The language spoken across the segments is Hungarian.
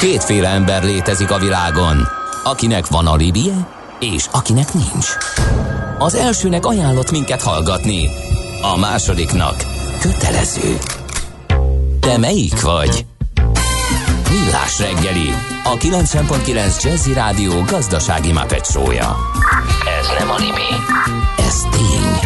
Kétféle ember létezik a világon, akinek van alibije, és akinek nincs. Az elsőnek ajánlott minket hallgatni, a másodiknak kötelező. Te melyik vagy? Millás reggeli, a 90.9 Jazzy Rádió gazdasági Muppet show-ja. Ez nem anime, ez tény.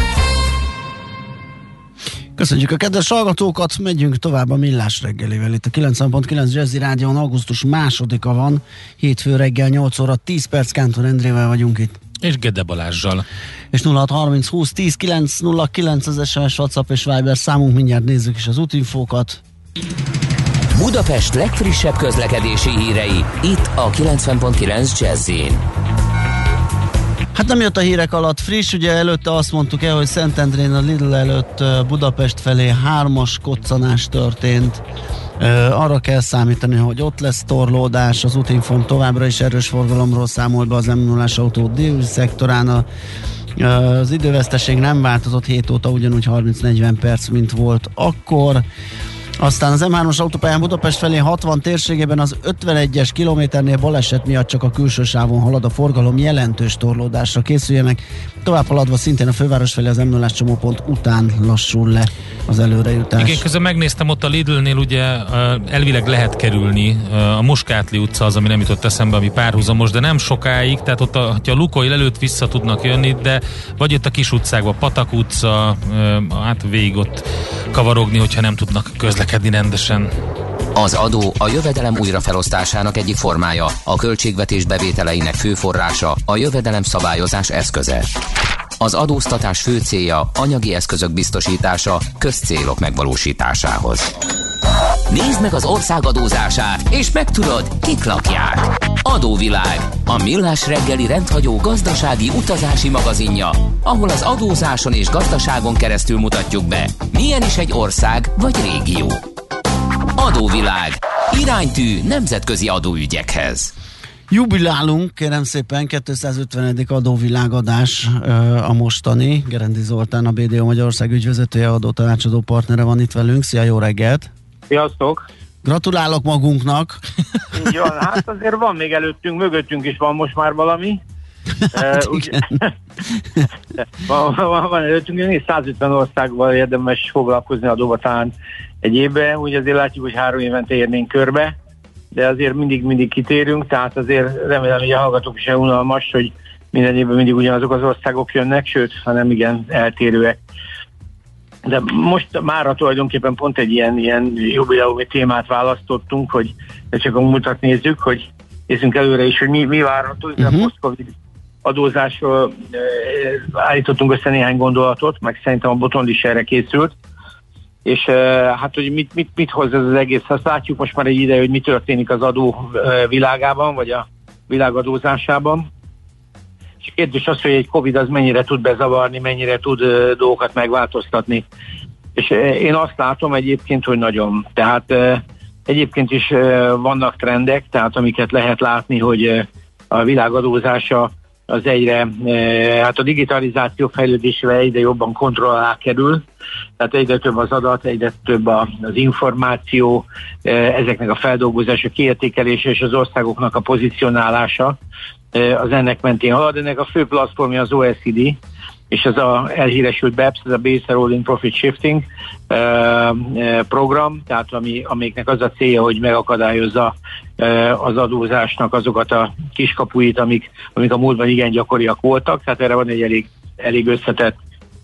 Köszönjük a kedves hallgatókat, megyünk tovább a Millás reggelivel. Itt a 90.9 Jazzy Rádión augusztus 2-a van, hétfő reggel 8 óra 10 perc, Kántor Endrével vagyunk itt. És Gede Balázssal. És 0630 20 10 909 az SMS, WhatsApp és Viber számunk, mindjárt nézzük is az útinfókat. Budapest legfrissebb közlekedési hírei, itt a 90.9 Jazzyn. Hát nem jött a hírek alatt friss, ugye előtte azt mondtuk el, hogy Szentendrén a Lidl előtt Budapest felé 3-as koccanás történt. Arra kell számítani, hogy ott lesz torlódás, az útinfon továbbra is erős forgalomról számol be az M0-as autó déli szektorán. Az időveszteség nem változott 7 óta, ugyanúgy 30-40 perc, mint volt akkor. Aztán az M3-as autópályán Budapest felé 60 térségében az 51-es kilométernél baleset miatt csak a külső sávon halad a forgalom, jelentős torlódásra készüljenek. Tovább haladva szintén a főváros felé az M0-as csomópont után lassul le az előrejutás. Igen, közben megnéztem, ott a Lidlnél ugye elvileg lehet kerülni, a Muskátli utca az, ami nem jutott eszembe, ami párhuzamos, de nem sokáig, tehát ott ha a Lukoil előtt vissza tudnak jönni, de vagy ott a kis utcákban, Patak utca, hát végig ott kavarogni, hogyha nem tudnak közlekedni rendesen. Az adó a jövedelem újrafelosztásának egyik formája, a költségvetés bevételeinek fő forrása, a jövedelem szabályozás eszköze. Az adóztatás fő célja anyagi eszközök biztosítása közcélok megvalósításához. Nézd meg az ország adózását, és megtudod, kik lakják. Adóvilág, a Millás reggeli rendhagyó gazdasági utazási magazinja, ahol az adózáson és gazdaságon keresztül mutatjuk be, milyen is egy ország vagy régió. Adóvilág, iránytű nemzetközi adóügyekhez. Jubilálunk, kérem szépen, 250. adóvilágadás a mostani. Gerendi Zoltán, a BDO Magyarország ügyvezetője, adótanácsadó partnere van itt velünk. Szia, jó reggelt! Sziasztok! Gratulálok magunknak! Így van, hát azért van még előttünk, mögöttünk is van most már valami. Van előttünk, 150 országban érdemes foglalkozni adóval talán egy évben, úgy azért látjuk, hogy 3 évente érnénk körbe, de azért mindig kitérünk, tehát azért remélem, hogy a hallgatók is unalmas, hogy minden évben mindig ugyanazok az országok jönnek, sőt, hanem igen, eltérőek. De most mára tulajdonképpen pont egy ilyen jubileumi témát választottunk, hogy csak a múltat nézzük, hogy nézzünk előre is, hogy mi várható, a post-covid adózásról állítottunk össze néhány gondolatot, meg szerintem a Botond is erre készült, és hát, hogy mit hoz ez az egész, azt látjuk most már egy ideje, hogy mi történik az adó világában, vagy a világadózásában. És kérdés az, hogy egy Covid az mennyire tud bezavarni, mennyire tud dolgokat megváltoztatni. És én azt látom egyébként, hogy nagyon. Tehát egyébként is vannak trendek, tehát amiket lehet látni, hogy a világadózása az egyre, hát a digitalizáció fejlődésével egyre jobban kontroll alá kerül, tehát egyre több az adat, egyre több az információ, ezeknek a feldolgozása, kiértékelése és az országoknak a pozicionálása az ennek mentén halad. Ennek a fő platformja az OECD, és az a elhíresült BEPS, ez a Base Rolling Profit Shifting program, tehát amiknek az a célja, hogy megakadályozza az adózásnak azokat a kiskapuit, amik a múltban igen gyakoriak voltak, tehát erre van egy elég összetett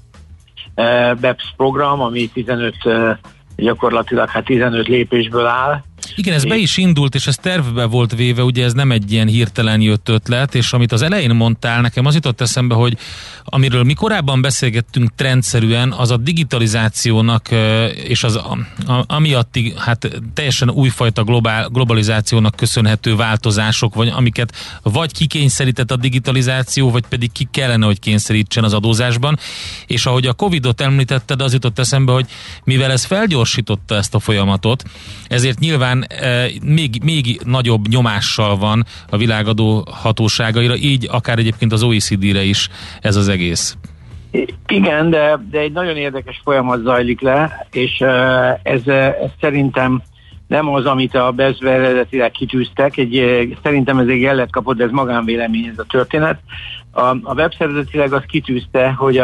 BEPS program, ami gyakorlatilag 15 lépésből áll. Igen, ez be is indult, és ez tervbe volt véve, ugye ez nem egy ilyen hirtelen jött ötlet, és amit az elején mondtál, nekem az jutott eszembe, hogy amiről mi korábban beszélgettünk trendszerűen, az a digitalizációnak és az amiatti hát teljesen újfajta globalizációnak köszönhető változások, vagy amiket vagy kikényszerített a digitalizáció, vagy pedig ki kellene, hogy kényszerítsen az adózásban, és ahogy a Covidot említetted, az jutott eszembe, hogy mivel ez felgyorsította ezt a folyamatot, ezért nyilván még nagyobb nyomással van a világadó hatóságaira, így akár egyébként az OECD-re is ez az egész. Igen, de egy nagyon érdekes folyamat zajlik le, és ez szerintem nem az, amit a BESV eredetileg kitűztek. Szerintem ez egy ellet kapott, de ez magánvélemény ez a történet. A BEPS eredetileg azt kitűzte, hogy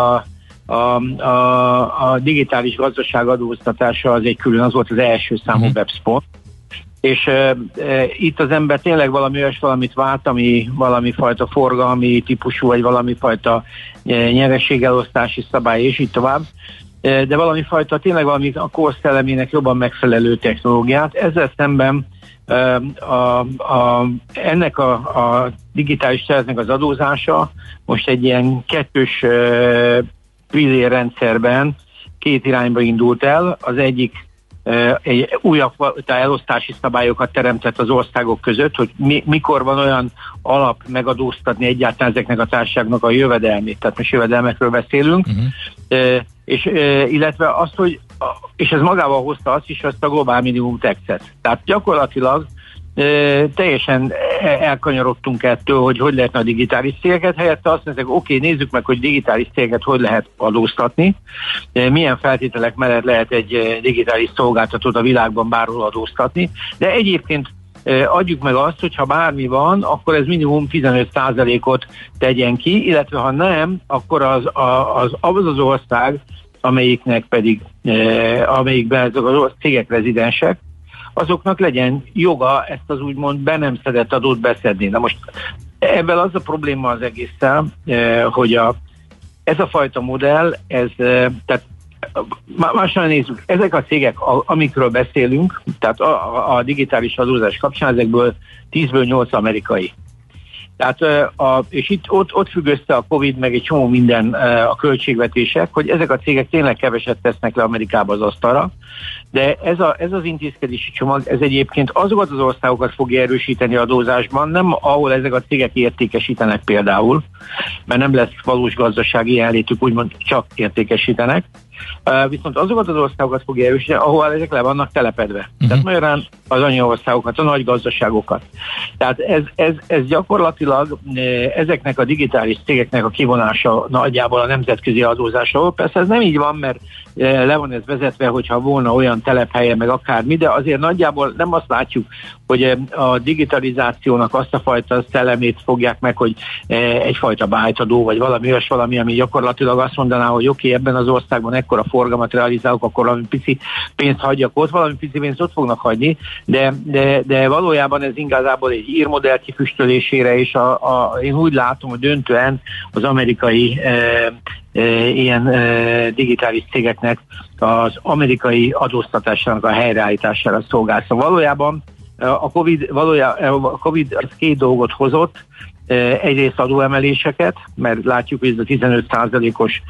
a digitális gazdaság adóztatása az egy külön, az volt az első számú BEPS pont. És itt az ember tényleg valamit vált, ami valami fajta forgalmi típusú, vagy valami fajta nyerességelosztási szabály, és így tovább. De valami fajta, tényleg valami a korszellemének jobban megfelelő technológiát. Ezzel szemben ennek a digitális területnek az adózása most egy ilyen kettős pillérrendszerben két irányba indult el. Az egyik egy újabb elosztási szabályokat teremtett az országok között, hogy mikor van olyan alap megadóztatni egyáltalán ezeknek a társaságnak a jövedelmét, tehát most jövedelmekről beszélünk, és illetve azt, hogy és ez magával hozta azt is, azt a globál minimum taxet. Tehát gyakorlatilag teljesen elkanyarodtunk ettől, hogy lehetne a digitális cégeket, helyette azt mondják, oké, nézzük meg, hogy digitális cégeket hogy lehet adóztatni, milyen feltételek mellett lehet egy digitális szolgáltatót a világban bárhol adóztatni, de egyébként adjuk meg azt, hogy ha bármi van, akkor ez minimum 15%-ot tegyen ki, illetve ha nem, akkor az ország, amelyiknek pedig, amelyikben ezek az cégek rezidensek, azoknak legyen joga ezt az úgymond be nem szedett adót beszedni. Na most ebben az a probléma az egésszel, hogy ez a fajta modell, tehát másra nézzük, ezek a cégek, amikről beszélünk, tehát a digitális adózás kapcsán, ezekből 10-ből 8 amerikai. Tehát, és ott függ össze a Covid, meg egy csomó minden a költségvetések, hogy ezek a cégek tényleg keveset tesznek le Amerikába az asztalra, de ez az intézkedési csomag, ez egyébként azokat az országokat fogja erősíteni adózásban, nem ahol ezek a cégek értékesítenek például, mert nem lesz valós gazdasági jelenlétük, úgymond csak értékesítenek, viszont azokat az országokat fogja erősíteni, ahol ezek le vannak telepedve. Tehát magyarán az anyaországokat, a nagy gazdaságokat. Tehát ez gyakorlatilag ezeknek a digitális cégeknek a kivonása nagyjából a nemzetközi adózásról. Persze ez nem így van, mert le van ez vezetve, hogyha volna olyan telephelye, meg akármi, de azért nagyjából nem azt látjuk, hogy a digitalizációnak azt a fajta szellemét fogják meg, hogy egyfajta bájtadó, vagy valami, ami gyakorlatilag azt mondaná, hogy oké, ebben az országban ekkora forgalmat realizálok, akkor valami pici pénzt hagyjak ott, valami pici pénzt ott fognak hagyni, de valójában ez igazából egy írmodell kifüstölésére, és én úgy látom, hogy döntően az amerikai ilyen digitális cégeknek az amerikai adóztatásának a helyreállítására szolgál. Szóval valójában a Covid két dolgot hozott, egyrészt adóemeléseket, mert látjuk, hogy ez a 15%-os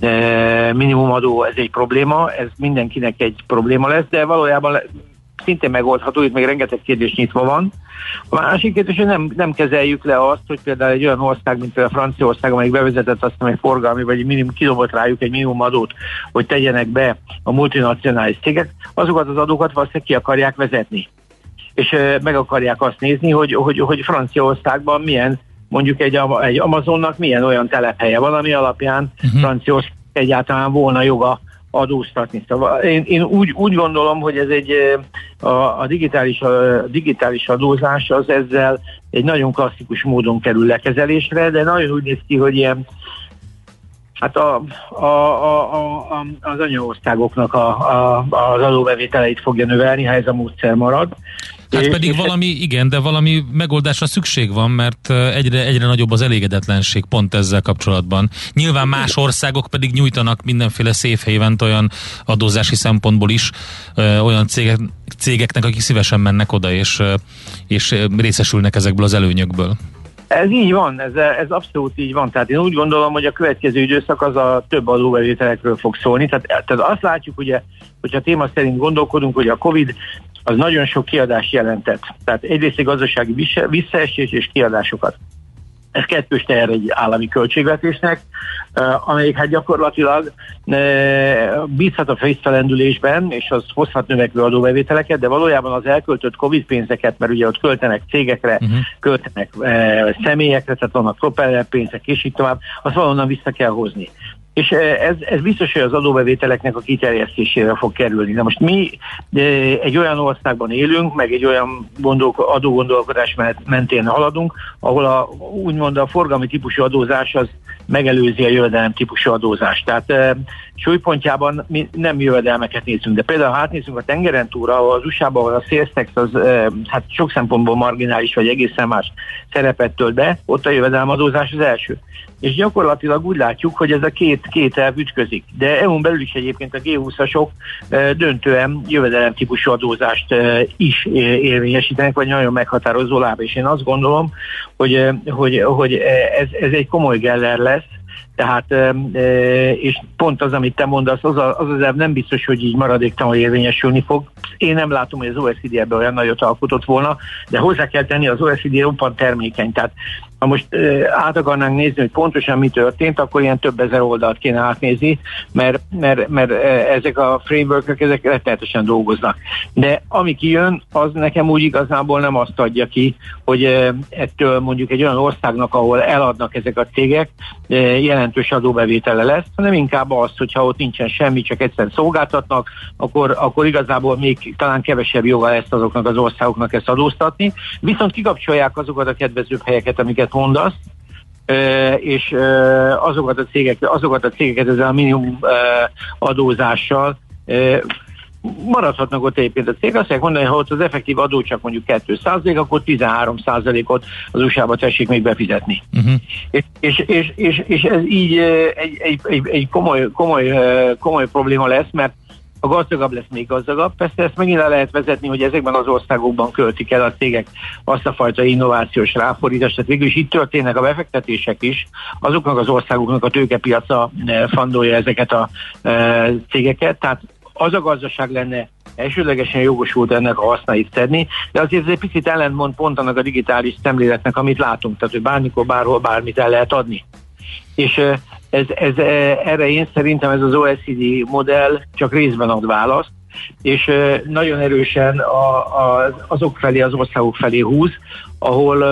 minimumadó, ez egy probléma, ez mindenkinek egy probléma lesz, de valójában szintén megoldható, itt még rengeteg kérdés nyitva van. A másik kérdés, hogy nem kezeljük le azt, hogy például egy olyan ország, mint a Franciaország, amelyik bevezetett azt, hogy forgalmi, vagy kidobott rájuk egy minimumadót, hogy tegyenek be a multinacionális cégek, azokat az adókat valószínűleg ki akarják vezetni. És meg akarják azt nézni, hogy Franciaországban milyen, mondjuk egy Amazonnak milyen olyan telephelye van, ami alapján Franciaország egyáltalán volna joga adóztatni. Szóval én úgy gondolom, hogy ez a digitális adózás az ezzel egy nagyon klasszikus módon kerül lekezelésre, de nagyon úgy néz ki, hogy ilyen hát az anyaországoknak az adóbevételeit fogja növelni, ha ez a módszer marad. Hát pedig valami megoldásra szükség van, mert egyre nagyobb az elégedetlenség pont ezzel kapcsolatban. Nyilván más országok pedig nyújtanak mindenféle safe havent olyan adózási szempontból is olyan cégeknek, akik szívesen mennek oda és részesülnek ezekből az előnyökből. Ez így van, ez abszolút így van. Tehát én úgy gondolom, hogy a következő időszak az a több adóbevételekről fog szólni. Tehát azt látjuk, ugye, hogyha téma szerint gondolkodunk, hogy a Covid az nagyon sok kiadást jelentett. Tehát egyrészt egy gazdasági visszaesés és kiadásokat. Ez kettős teher egy állami költségvetésnek, amelyik hát gyakorlatilag bízhat a visszalendülésben, és az hozhat növekvő adóbevételeket, de valójában az elköltött Covid pénzeket, mert ugye ott költenek cégekre, költenek személyekre, tehát vannak propeller pénzek, és így tovább, azt valahonnan vissza kell hozni. és ez biztos, hogy az adóbevételeknek a kiterjesztésére fog kerülni. Na most mi egy olyan országban élünk, meg egy olyan adógondolkodás mentén haladunk, ahol úgymond a forgalmi típusú adózás az megelőzi a jövedelem típusú adózást. Tehát súlypontjában mi nem jövedelmeket nézünk, de például ha átnézünk a tengeren túlra, ahol az USA-ban, ahol a sales tax az hát sok szempontból marginális, vagy egészen más szerepet tölt be, ott a jövedelmadózás az első. És gyakorlatilag úgy látjuk, hogy ez a két elv ütközik. De EU-n belül is egyébként a G20-asok döntően jövedelem típusú adózást is érvényesítenek, vagy nagyon meghatározó láb. És én azt gondolom, hogy ez egy komoly geller lesz, tehát, és pont az, amit te mondasz, az elv nem biztos, hogy így maradéktalanul érvényesülni fog. Én nem látom, hogy az OECD ebben olyan nagyot alkotott volna, de hozzá kell tenni, az OECD roppant termékeny. Tehát ha most át akarnánk nézni, hogy pontosan mi történt, akkor ilyen több ezer oldalt kéne átnézni, mert ezek a frameworkök, ezek rettenetesen dolgoznak. De ami kijön, az nekem úgy igazából nem azt adja ki, hogy ettől mondjuk egy olyan országnak, ahol eladnak ezek a cégek, jelentős adóbevétele lesz, hanem inkább az, hogyha ott nincsen semmi, csak egyszerűen szolgáltatnak, akkor igazából még talán kevesebb joga lesz azoknak az országoknak ezt adóztatni, viszont kikapcsolják azokat a kedvezőbb helyeket, amiket mondasz, és azokat a cégeket ezzel a minimum adózással maradhatnak ott egyébként a cég. Azt mondják mondani, hogy ha ott az effektív adó csak mondjuk 2%, akkor 13%-ot az USA-ba tessék még befizetni. És ez így egy komoly probléma lesz, mert a gazdagabb lesz még gazdagabb. Persze ezt megint le lehet vezetni, hogy ezekben az országokban költik el a cégek azt a fajta innovációs ráfordítást. Tehát végül is itt történnek a befektetések is. Azoknak az országoknak a tőkepiaca fandolja ezeket a cégeket. Tehát az a gazdaság lenne elsődlegesen jogosult ennek a hasznait szedni, de azért ez egy picit ellentmond pont annak a digitális szemléletnek, amit látunk. Tehát, hogy bármikor, bárhol, bármit el lehet adni. És erre én szerintem ez az OECD modell csak részben ad választ, és nagyon erősen azok felé, az országok felé húz, ahol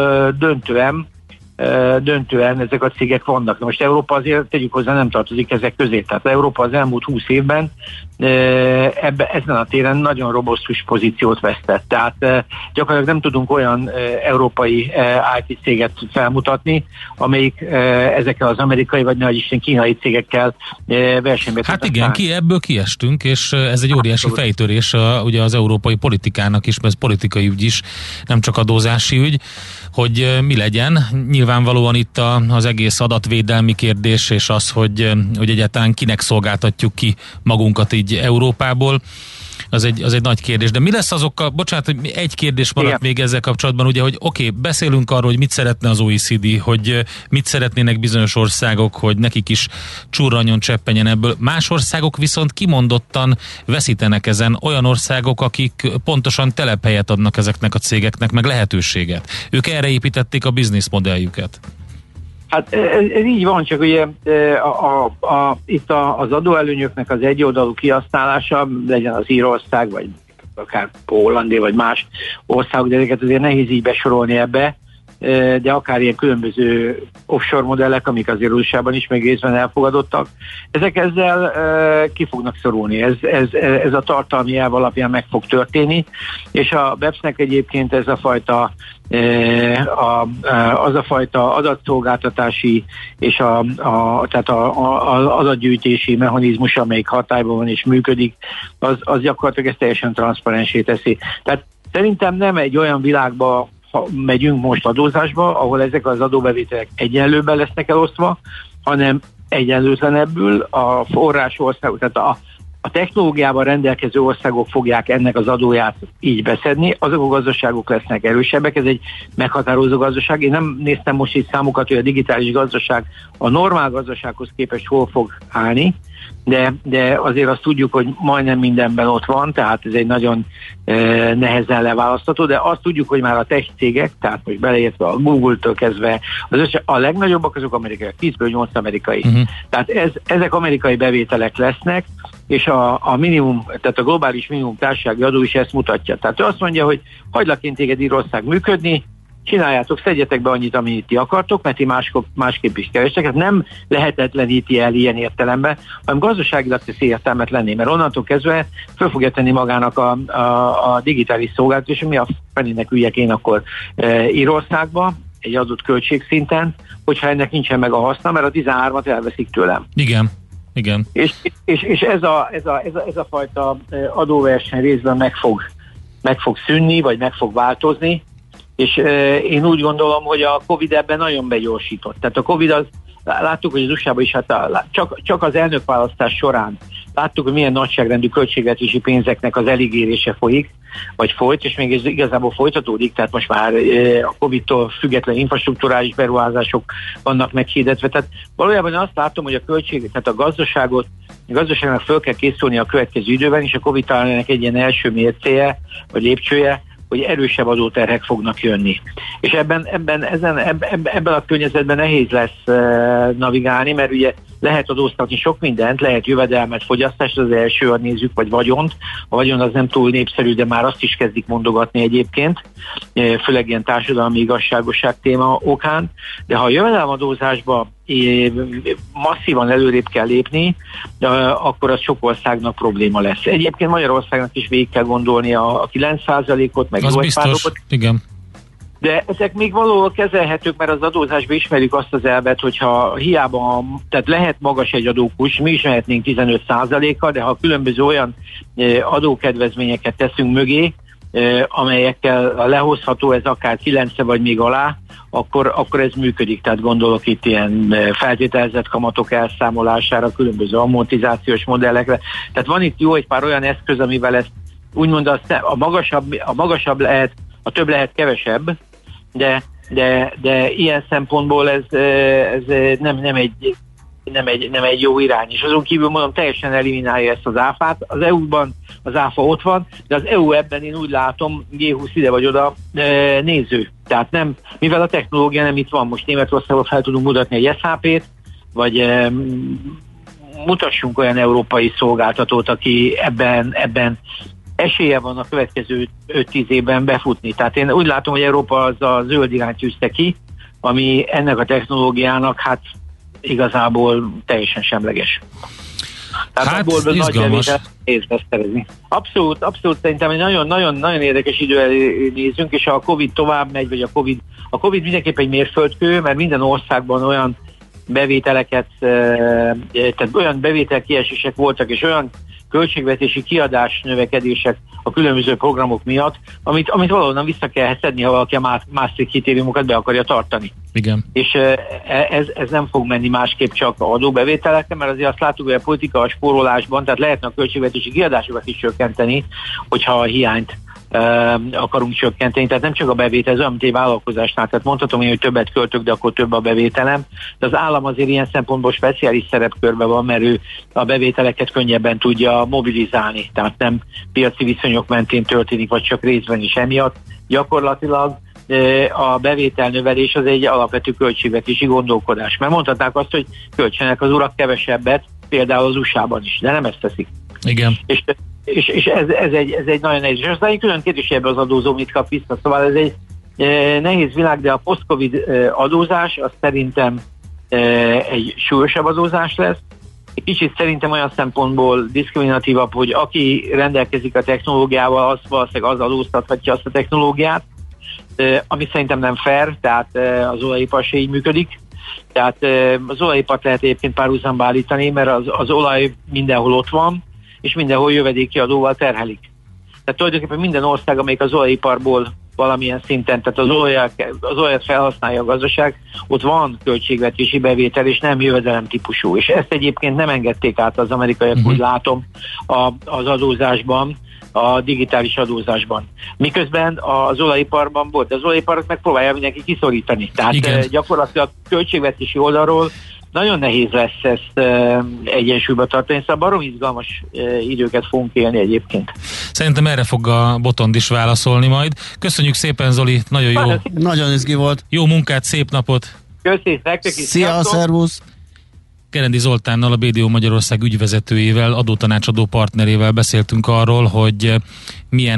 döntően ezek a cégek vannak. Na most Európa azért, tegyük hozzá, nem tartozik ezek közé. Tehát Európa az elmúlt 20 évben ezen a téren nagyon robosztus pozíciót vesztett. Tehát gyakorlatilag nem tudunk olyan európai IT céget felmutatni, amelyik ezekkel az amerikai, vagy nehogy Isten kínai cégekkel versenybe. Hát igen, ebből kiestünk, és ez egy óriási fejtörés ugye az európai politikának is, mert ez politikai ügy is, nem csak adózási ügy, hogy mi legyen. Nyilvánvalóan itt az egész adatvédelmi kérdés, és az, hogy egyáltalán kinek szolgáltatjuk ki magunkat így Európából, az egy nagy kérdés. De mi lesz azokkal, bocsánat, hogy egy kérdés maradt még ezzel kapcsolatban, ugye, hogy oké, beszélünk arról, hogy mit szeretne az OECD, hogy mit szeretnének bizonyos országok, hogy nekik is csurranjon, cseppenjen ebből. Más országok viszont kimondottan veszítenek ezen, olyan országok, akik pontosan telephelyet adnak ezeknek a cégeknek, meg lehetőséget. Ők erre építették a bizniszmodelljüket. Hát ez így van, csak ugye itt az adóelőnyöknek az egyoldalú kihasználása, legyen az Írország, vagy akár Hollandia, vagy más országok, de ezeket azért nehéz így besorolni ebbe, de akár ilyen különböző offshore modellek, amik azért USA-ban is még részben elfogadottak, ezek ezzel ki fognak szorulni. Ez a tartalmi elv alapján meg fog történni, és a BEPS-nek egyébként ez a fajta az a fajta adatszolgáltatási és tehát az adatgyűjtési mechanizmus, amelyik hatályban van és működik, az gyakorlatilag ezt teljesen transzparensé teszi. Tehát szerintem nem egy olyan világba megyünk most adózásba, ahol ezek az adóbevételek egyenlőben lesznek elosztva, hanem egyenlőtlenebbül a forrásországok, tehát a technológiában rendelkező országok fogják ennek az adóját így beszedni, azok a gazdaságok lesznek erősebbek, ez egy meghatározó gazdaság. Én nem néztem most így számokat, hogy a digitális gazdaság a normál gazdasághoz képest hol fog állni, de azért azt tudjuk, hogy majdnem mindenben ott van, tehát ez egy nagyon nehezen leválasztható, de azt tudjuk, hogy már a tech cégek, tehát most beleértve a Google-től kezdve, a legnagyobbak azok amerikaiak, 10-ből 8 amerikai. Tehát ezek amerikai bevételek lesznek, és a minimum, tehát a globális minimum társasági adó is ezt mutatja. Tehát ő azt mondja, hogy hagylak én téged Írország működni, csináljátok, szedjetek be annyit, amit ti akartok, mert ti másképp is kerestek. Ez nem lehetetleníti el ilyen értelemben, hanem gazdaságilag teszi értelmet lenni, mert onnantól kezdve föl fogja tenni magának a digitális szolgáltatás, mi a felének üljek én akkor Írországba, egy adott költségszinten, hogyha ennek nincsen meg a haszna, mert a 13-at elveszik tőlem. Igen. És ez a fajta adóverseny részben meg fog szűnni, vagy meg fog változni, és én úgy gondolom, hogy a Covid ebben nagyon begyorsított. Tehát a Covid láttuk, hogy az USA-ban is csak az elnökválasztás során láttuk, hogy milyen nagyságrendű költségvetési pénzeknek az eligérése folyik, vagy folyt, és még ez igazából folytatódik, tehát most már a Covid-tól független infrastrukturális beruházások vannak meghirdetve. Tehát valójában azt látom, hogy tehát a gazdaságnak föl kell készülni a következő időben, és a Covid talán ennek egy ilyen első mércéje, vagy lépcsője, hogy erősebb adóterhek fognak jönni. És ebben a környezetben nehéz lesz navigálni, mert ugye lehet adóztatni sok mindent, lehet jövedelmet, fogyasztást, az első, nézzük, vagy vagyont. A vagyon az nem túl népszerű, de már azt is kezdik mondogatni egyébként, főleg ilyen társadalmi igazságosság téma okán. De ha a jövedelemadózásba masszívan előrébb kell lépni, akkor az sok országnak probléma lesz. Egyébként Magyarországnak is végig kell gondolni a 9%-ot, meg 8%-ot. Igen. De ezek még valahol kezelhetők, mert az adózásban ismerjük azt az elvet, hogyha hiába, tehát lehet magas egy adókulcs, mi is mehetnénk 15%-kal, de ha különböző olyan adókedvezményeket teszünk mögé, amelyekkel lehozható ez akár 9 vagy még alá, akkor ez működik. Tehát gondolok itt ilyen feltételezett kamatok elszámolására, különböző amortizációs modellekre. Tehát van itt jó egy pár olyan eszköz, amivel ezt úgymond a magasabb lehet, a több lehet kevesebb, de ilyen szempontból ez nem egy jó irány. És azon kívül mondom, teljesen eliminálja ezt az áfát. Az EU-ban az áfa ott van, de az EU ebben én úgy látom, G20 ide vagy oda néző. Tehát nem, mivel a technológia nem itt van, most Németországban fel tudunk mutatni egy SAP-t, vagy mutassunk olyan európai szolgáltatót, aki ebben esélye van a következő 5-10 évben befutni. Tehát én úgy látom, hogy Európa az a zöld irányt tűzte ki, ami ennek a technológiának hát igazából teljesen semleges. Tehát hát abból izgalmas. Nagy nehéz beszerezni. Abszolút szerintem egy nagyon érdekes idő elé nézünk, és a Covid tovább megy, vagy a Covid mindenképpen egy mérföldkő, mert minden országban olyan bevételeket, tehát olyan bevételkiesések voltak, és olyan költségvetési kiadás növekedések a különböző programok miatt, amit valahonnan vissza kell szedni, ha valaki a Maastricht kritériumokat be akarja tartani. Igen. És ez nem fog menni másképp csak adóbevételekre, mert azért azt látjuk, hogy a politika a spórolásban, tehát lehetne a költségvetési kiadásokat is csökkenteni, hogyha a hiányt akarunk csökkenteni, tehát nem csak a bevétel, ez olyan, mint egy vállalkozásnál, tehát mondhatom én, hogy többet költök, de akkor több a bevételem, de az állam azért ilyen szempontból speciális szerepkörben van, mert ő a bevételeket könnyebben tudja mobilizálni, tehát nem piaci viszonyok mentén történik, vagy csak részben is emiatt. Gyakorlatilag a bevételnövelés az egy alapvető költségvetési gondolkodás, mert mondhatnák azt, hogy költsenek az urak kevesebbet, például az USA-ban is, de nem ezt teszik. Igen. És ez egy nagyon nehéz. És aztán egy külön kérdés ebbe az adózó mit kap vissza. Szóval ez egy nehéz világ, de a post-covid adózás az szerintem egy súlyosabb adózás lesz. Egy kicsit szerintem olyan szempontból diszkriminatívabb, hogy aki rendelkezik a technológiával, az valószínűleg az adóztathatja azt a technológiát, ami szerintem nem fair, tehát az olajipar se így működik. Tehát az olajipart lehet egyébként párhuzamba állítani, mert az olaj mindenhol ott van, és mindenhol jövedéki adóval terhelik. Tehát tulajdonképpen minden ország, amelyik az olajiparból valamilyen szinten, tehát az olajat felhasználja a gazdaság, ott van költségvetési bevétel, és nem jövedelem típusú. És ezt egyébként nem engedték át az amerikaiak, úgy látom, az adózásban, a digitális adózásban. Miközben az olajiparban volt, az olajiparot megpróbálja mindenki kiszorítani. Tehát gyakorlatilag költségvetési oldalról nagyon nehéz lesz ezt egyensúlyba tartani, szóval baromi izgalmas időket fogunk élni egyébként. Szerintem erre fog a Botond is válaszolni majd. Köszönjük szépen, Zoli, nagyon jó. Nagyon izgi volt. Jó munkát, szép napot. Köszönjük nektek is. Szia, szervusz. Gerendi Zoltánnal, a BDO Magyarország ügyvezetőjével, adótanácsadó partnerével beszéltünk arról, hogy milyen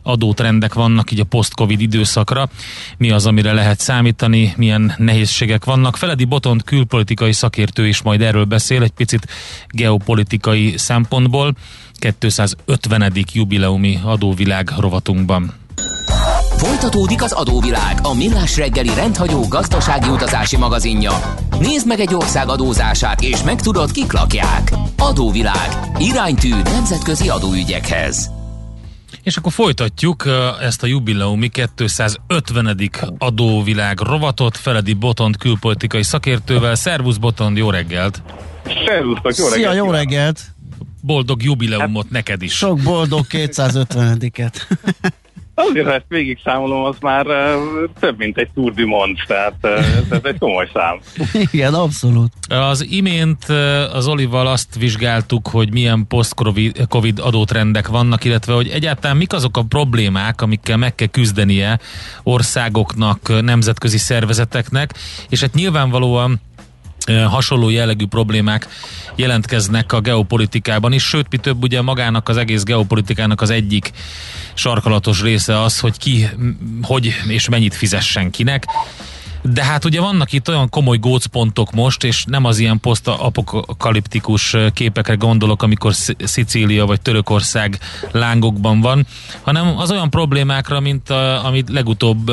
adótrendek vannak így a post-covid időszakra, mi az, amire lehet számítani, milyen nehézségek vannak. Feledi Botond külpolitikai szakértő is majd erről beszél, egy picit geopolitikai szempontból, 250. jubileumi adóvilág rovatunkban. Folytatódik az Adóvilág, a millás reggeli rendhagyó gazdasági utazási magazinja. Nézd meg egy ország adózását, és megtudod, kik lakják. Adóvilág. Iránytű nemzetközi adóügyekhez. És akkor folytatjuk ezt a jubileumi 250. adóvilág rovatot Feledi Botond külpolitikai szakértővel. Szervusz Botond, jó reggelt! Szervusztok, jó reggelt! Szia, jó reggelt! Boldog jubileumot neked is! Sok boldog 250-et! Azért, ha ezt végig számolom, az már több, mint egy Tour du Monde, tehát ez egy komoly szám. Igen, abszolút. Az imént az Olival azt vizsgáltuk, hogy milyen post-covid adótrendek vannak, illetve hogy egyáltalán mik azok a problémák, amikkel meg kell küzdenie országoknak, nemzetközi szervezeteknek, és hát nyilvánvalóan hasonló jellegű problémák jelentkeznek a geopolitikában is, sőt, mi több, ugye magának az egész geopolitikának az egyik sarkalatos része az, hogy ki, hogy és mennyit fizessen kinek. De hát ugye vannak itt olyan komoly gócpontok most, és nem az ilyen posztapokaliptikus képekre gondolok, amikor Szicília vagy Törökország lángokban van, hanem az olyan problémákra, mint amit legutóbb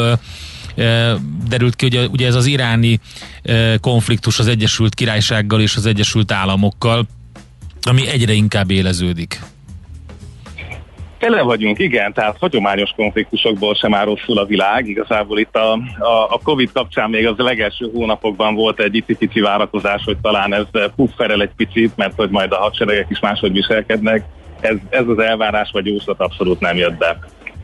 derült ki, hogy ugye ez az iráni konfliktus az Egyesült Királysággal és az Egyesült Államokkal, ami egyre inkább éleződik. Tele vagyunk, igen, tehát hagyományos konfliktusokból sem áll rosszul a világ. Igazából itt a Covid kapcsán még az legelső hónapokban volt egy icipici várakozás, hogy talán ez pufferel egy picit, mert hogy majd a hadseregek is máshogy viselkednek. Ez az elvárás vagy jóslat abszolút nem jött be.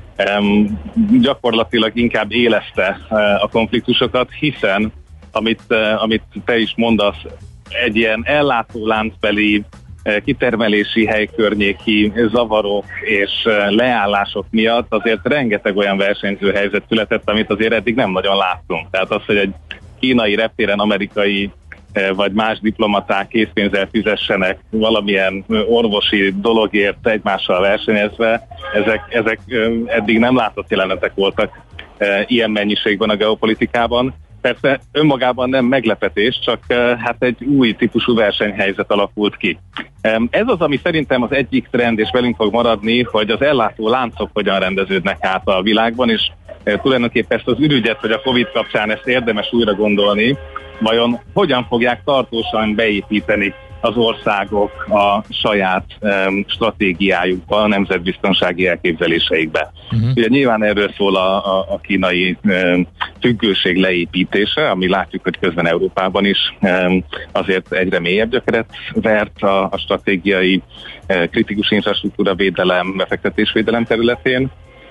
Gyakorlatilag inkább éleszte a konfliktusokat, hiszen amit te is mondasz, egy ilyen ellátóláncbeli kitermelési hely környéki zavarok és leállások miatt azért rengeteg olyan versenyző helyzet született, amit azért eddig nem nagyon láttunk. Tehát az, hogy egy kínai reptéren amerikai vagy más diplomaták készpénzzel fizessenek valamilyen orvosi dologért egymással versenyezve, ezek eddig nem látott jelenetek voltak ilyen mennyiségben a geopolitikában. Persze önmagában nem meglepetés, csak hát egy új típusú versenyhelyzet alakult ki. Ez az, ami szerintem az egyik trend, és velünk fog maradni, hogy az ellátó láncok hogyan rendeződnek át a világban, és tulajdonképpen ezt az ürügyet, hogy a Covid kapcsán ezt érdemes újra gondolni, vajon hogyan fogják tartósan beépíteni az országok a saját stratégiájukba, a nemzetbiztonsági elképzeléseikbe. Ugye nyilván erről szól a kínai függőség leépítése, ami látjuk, hogy közben Európában is azért egyre mélyebb gyökeret vert a stratégiai kritikus infrastruktúra védelem, befektetésvédelem területén.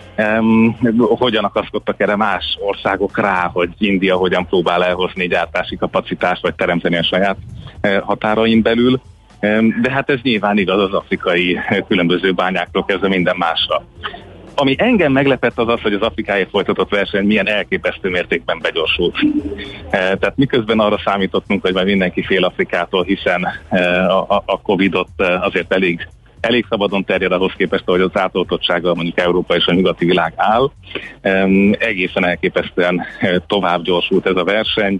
Hogyan akaszkodtak erre más országok rá, hogy India hogyan próbál elhozni gyártási kapacitást, vagy teremteni a saját határain belül, de hát ez nyilván igaz az afrikai különböző bányákról kezdve minden másra. Ami engem meglepett az az, hogy az Afrikáért folytatott verseny milyen elképesztő mértékben begyorsult. Tehát miközben arra számítottunk, hogy már mindenki fél Afrikától, hiszen a Covid-ot azért elég szabadon terjed ahhoz képest, hogy az átoltottsággal mondjuk Európa és a nyugati világ áll. Egészen elképesztően tovább gyorsult ez a verseny.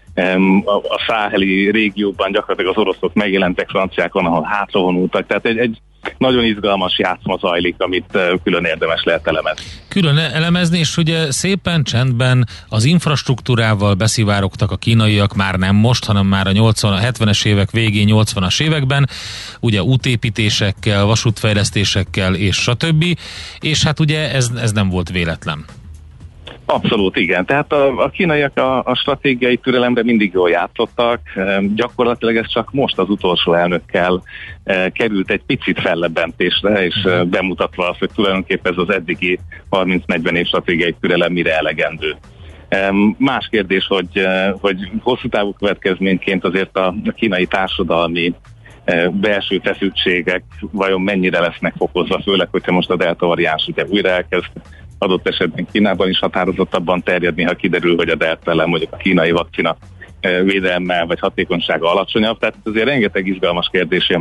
A száheli régióban gyakorlatilag az oroszok megjelentek franciákon, ahol hátravonultak. Tehát egy nagyon izgalmas játszma zajlik, amit külön érdemes lehet elemezni. Külön elemezni, és ugye szépen csendben az infrastruktúrával beszivárogtak a kínaiak, már nem most, hanem már a 70-es évek végén, 80-as években, ugye útépítésekkel, vasútfejlesztésekkel és stb. És hát ugye ez nem volt véletlen. Abszolút, igen. Tehát a kínaiak a stratégiai türelemre mindig jól játszottak. Gyakorlatilag ez csak most az utolsó elnökkel került egy picit fellebbentésre, és bemutatva azt, hogy tulajdonképpen ez az eddigi 30-40 év stratégiai türelem mire elegendő. Más kérdés, hogy hosszú távú következményként azért a kínai társadalmi belső feszültségek vajon mennyire lesznek fokozva, főleg, hogyha most a delta variáns ugye újra elkezd adott esetben Kínában is határozottabban terjedni, ha kiderül, hogy a delta ellen mondjuk a kínai vakcina védelme vagy hatékonysága alacsonyabb. Tehát azért rengeteg izgalmas kérdés jön még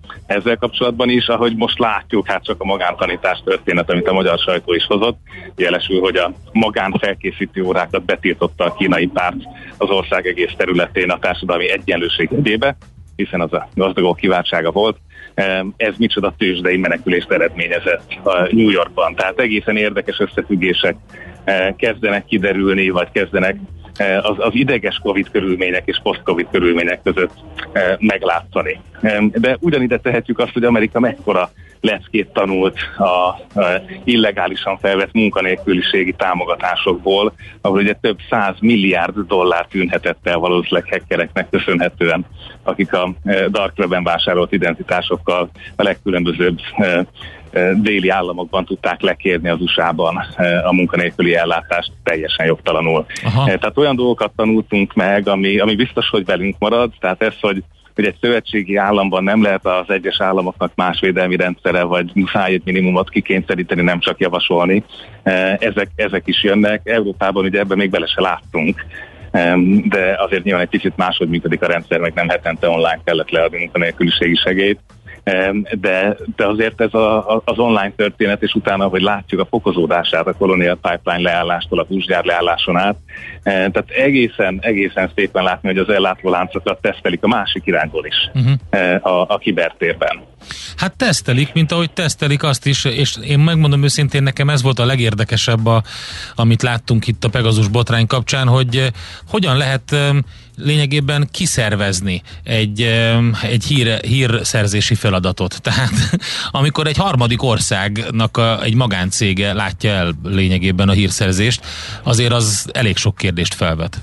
ezzel kapcsolatban is, ahogy most látjuk, hát csak a magántanítás történet, amit a magyar sajtó is hozott, jelesül, hogy a magánfelkészítő órákat betiltotta a kínai párt az ország egész területén a társadalmi egyenlőség ügyébe, hiszen az a gazdagok kiváltsága volt. Ez micsoda tőzsdei menekülést eredményezett a New Yorkban. Tehát egészen érdekes összefüggések kezdenek kiderülni, vagy kezdenek az ideges Covid körülmények és post-Covid körülmények között meglátszani. De ugyanide tehetjük azt, hogy Amerika mekkora leckét tanult a illegálisan felvett munkanélküliségi támogatásokból, ahol ugye több 100 milliárd dollár tűnhetett el valószínűleg hackereknek köszönhetően, akik a dark webben vásárolt identitásokkal a legkülönbözőbb déli államokban tudták lekérni az USA-ban a munkanélküli ellátást teljesen jogtalanul. Tehát olyan dolgokat tanultunk meg, ami biztos, hogy velünk marad, tehát ez, hogy egy szövetségi államban nem lehet az egyes államoknak más védelmi rendszere, vagy muszáj egy minimumot kikényszeríteni, nem csak javasolni. Ezek is jönnek. Európában ugye ebben még bele se láttunk, de azért nyilván egy kicsit máshogy működik a rendszer, meg nem hetente online kellett leadni munkanélküliségi segélyt. De azért ez az online történet, és utána, hogy látjuk a fokozódását a Colonial Pipeline leállástól a húsgyár leálláson át, tehát egészen szépen látni, hogy az ellátóláncokat tesztelik a másik irányból is a kibertérben. Hát tesztelik, mint ahogy tesztelik azt is, és én megmondom őszintén, nekem ez volt a legérdekesebb, amit láttunk itt a Pegasus botrány kapcsán, hogy hogyan lehet lényegében kiszervezni egy hírszerzési feladatot. Tehát amikor egy harmadik országnak egy magáncége látja el lényegében a hírszerzést, azért az elég sok kérdést felvet.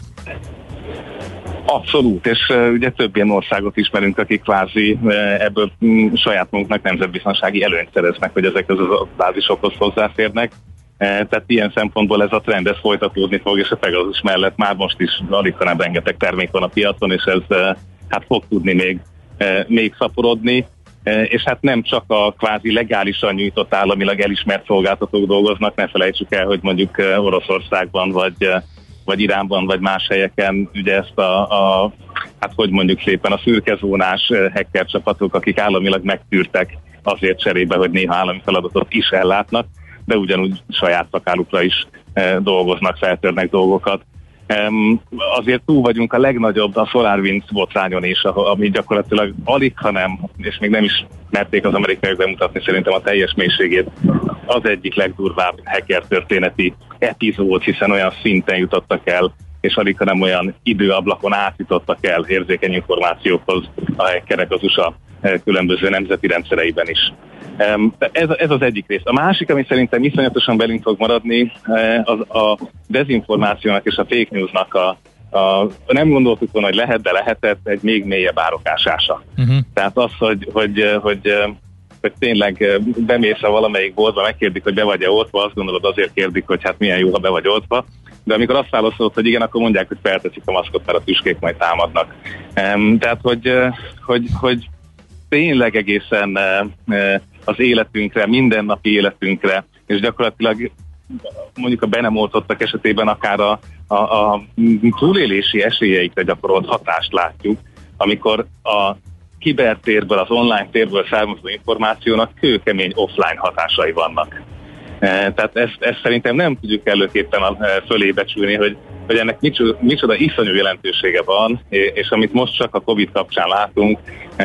Abszolút, és ugye több ilyen országot ismerünk, akik kvázi ebből saját magunknak nemzetbiztonsági előnyt szereznek, hogy ezekhez az bázisokhoz hozzáférnek. Tehát ilyen szempontból ez a trend ez folytatódni fog, és a Pegasus mellett már most is alig-hanem rengeteg termék van a piacon, és ez hát fog tudni még szaporodni. És hát nem csak a kvázi legálisan nyújtott államilag elismert szolgáltatók dolgoznak, ne felejtsük el, hogy mondjuk Oroszországban vagy Iránban, vagy más helyeken ugye ezt hát hogy mondjuk szépen a szürkezónás hacker csapatok, akik államilag megtűrtek azért cserébe, hogy néha állami feladatot is ellátnak, de ugyanúgy saját szakálukra is dolgoznak, feltörnek dolgokat. Azért túl vagyunk a legnagyobb, a SolarWinds botrányon is, ami gyakorlatilag alig, hanem, és még nem is merték az amerikaiak bemutatni szerintem a teljes mélységét, az egyik legdurvább hacker történeti epizód, hiszen olyan szinten jutottak el, és alig, hanem olyan időablakon átjutottak el érzékeny információkhoz a hackerek az USA különböző nemzeti rendszereiben is. Ez az egyik rész. A másik, ami szerintem iszonyatosan velünk fog maradni, az a dezinformációnak és a fake newsnak nem gondoltuk volna, hogy lehet, de lehetett egy még mélyebb árokásása. Tehát az, hogy tényleg bemész a valamelyik boltba, megkérdik, hogy be vagy-e oltva, azt gondolod azért kérdik, hogy hát milyen jó, ha be vagy oltva, de amikor azt válaszolod, hogy igen, akkor mondják, hogy felteszik a maszkot, mert a tüskék majd támadnak. Tehát, hogy tényleg egészen az életünkre, mindennapi életünkre, és gyakorlatilag mondjuk a be nem oltottak esetében akár a túlélési esélyeikre gyakorolt hatást látjuk, amikor a kibertérből, az online térből származó információnak kőkemény offline hatásai vannak. Tehát ezt szerintem nem tudjuk előképpen fölébecsülni, hogy ennek micsoda iszonyú jelentősége van, és amit most csak a Covid kapcsán látunk,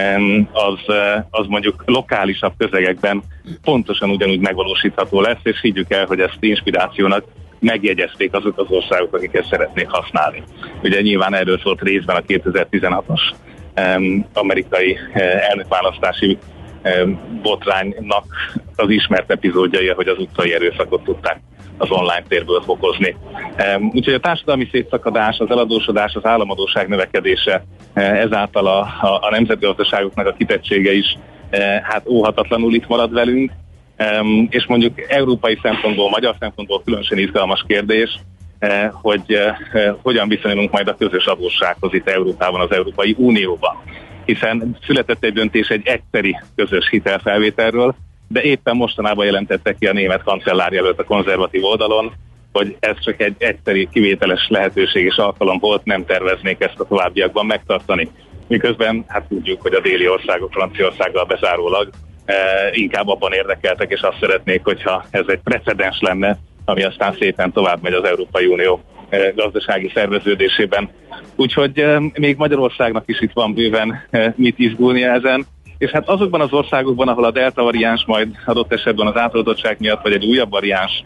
az mondjuk lokálisabb közegekben pontosan ugyanúgy megvalósítható lesz, és higgyük el, hogy ezt inspirációnak megjegyezték azok az országok, akik ezt szeretnék használni. Ugye nyilván erről szólt részben a 2016-os amerikai elnökválasztási botránynak az ismert epizódjai, hogy az utcai erőszakot tudták az online térből fokozni. Úgyhogy a társadalmi szétszakadás, az eladósodás, az államadósság növekedése, ezáltal a nemzetgazdaságoknak a kitettsége is hát óhatatlanul itt marad velünk, és mondjuk európai szempontból, magyar szempontból különösen izgalmas kérdés, hogy hogyan viszonyulunk majd a közös adóssághoz itt Európában, az Európai Unióban. Hiszen született egy döntés egy egyszeri közös hitelfelvételről, de éppen mostanában jelentette ki a német kancellár jelölt a konzervatív oldalon, hogy ez csak egy egyszerű kivételes lehetőség és alkalom volt, nem terveznék ezt a továbbiakban megtartani. Miközben hát tudjuk, hogy a déli országok Franciaországgal bezárólag inkább abban érdekeltek, és azt szeretnék, hogyha ez egy precedens lenne, ami aztán szépen tovább megy az Európai Unió gazdasági szerveződésében. Úgyhogy még Magyarországnak is itt van bőven mit izgulnia ezen, és hát azokban az országokban, ahol a delta variáns majd adott esetben az átoltottság miatt, vagy egy újabb variáns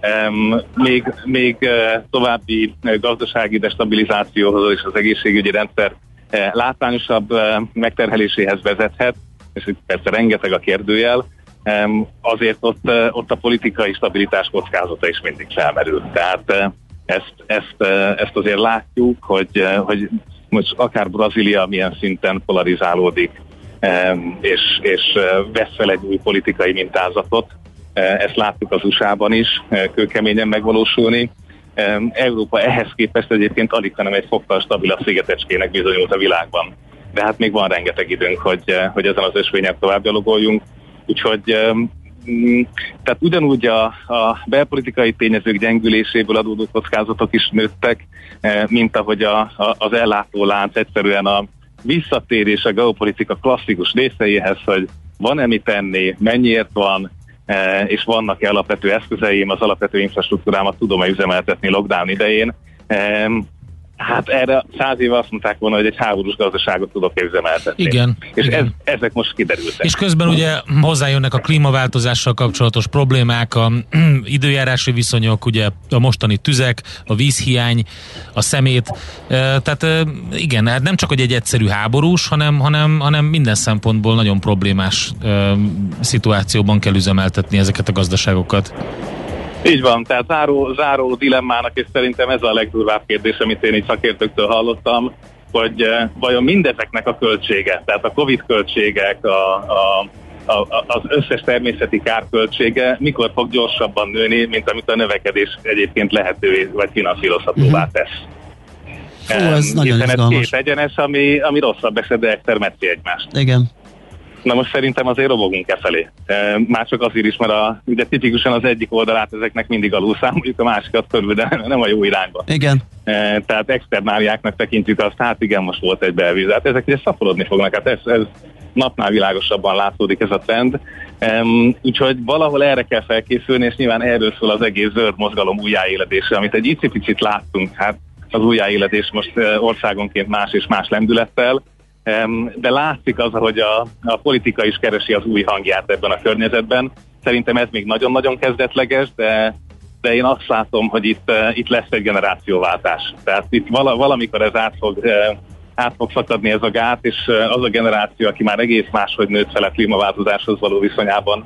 még további gazdasági destabilizációhoz és az egészségügyi rendszer látványosabb megterheléséhez vezethet, és itt persze rengeteg a kérdőjel, azért ott a politikai stabilitás kockázata is mindig felmerül. Tehát ezt azért látjuk, hogy most akár Brazília milyen szinten polarizálódik, és vesz fel egy új politikai mintázatot. Ezt láttuk az USA-ban is kőkeményen megvalósulni. Európa ehhez képest egyébként alig, hanem egy fokkal stabilabb szigetecskének bizonyult a világban. De hát még van rengeteg időnk, hogy ezen az ösvényen tovább gyalogoljuk. Úgyhogy tehát ugyanúgy a belpolitikai tényezők gyengüléséből adódó kockázatok is nőttek, mint ahogy az ellátólánc egyszerűen a visszatérés a geopolitika klasszikus részeihez, hogy van-e mit tenni, mennyiért van, és vannak-e alapvető eszközeim, az alapvető infrastruktúrámat tudom-e üzemeltetni lockdown idején. Hát erre 100 éve azt mondták volna, hogy egy háborús gazdaságot tudok üzemeltetni. Igen. És igen. Ezek most kiderültek. És közben ugye hozzájönnek a klímaváltozással kapcsolatos problémák, a időjárási viszonyok, ugye a mostani tüzek, a vízhiány, a szemét. Tehát igen, hát nem csak hogy egy egyszerű háborús, hanem minden szempontból nagyon problémás szituációban kell üzemeltetni ezeket a gazdaságokat. Így van, tehát záró dilemmának, és szerintem ez a legdurvább kérdés, amit én így szakértőktől hallottam, hogy vajon mindezeknek a költsége, tehát a Covid költségek, az összes természeti kárköltsége mikor fog gyorsabban nőni, mint amit a növekedés egyébként lehetővé vagy finanszírozhatóvá tesz. Ez nagyon ez izgalmas. két egyenes, ami rosszabb esetben egyszer metszi egymást. Igen. Na most szerintem azért robogunk felé. Már csak azért is, mert ugye tipikusan az egyik oldalát ezeknek mindig alul számoljuk, a másikat körül, de nem a jó irányba. Igen. Tehát externáliáknak tekintjük azt, hát igen, most volt egy belvíz. Hát ezek ugye szaporodni fognak, hát ez napnál világosabban látszódik ez a trend. Úgyhogy valahol erre kell felkészülni, és nyilván erről szól az egész zöld mozgalom újjáéledése, amit egy icipicit láttunk, hát az újjáéledés most országonként más és más lendülettel, de látszik az, hogy a politika is keresi az új hangját ebben a környezetben. Szerintem ez még nagyon-nagyon kezdetleges, de én azt látom, hogy itt lesz egy generációváltás. Tehát itt valamikor ez át fog szakadni ez a gát, és az a generáció, aki már egész máshogy nőtt fel a klímaváltozáshoz való viszonyában,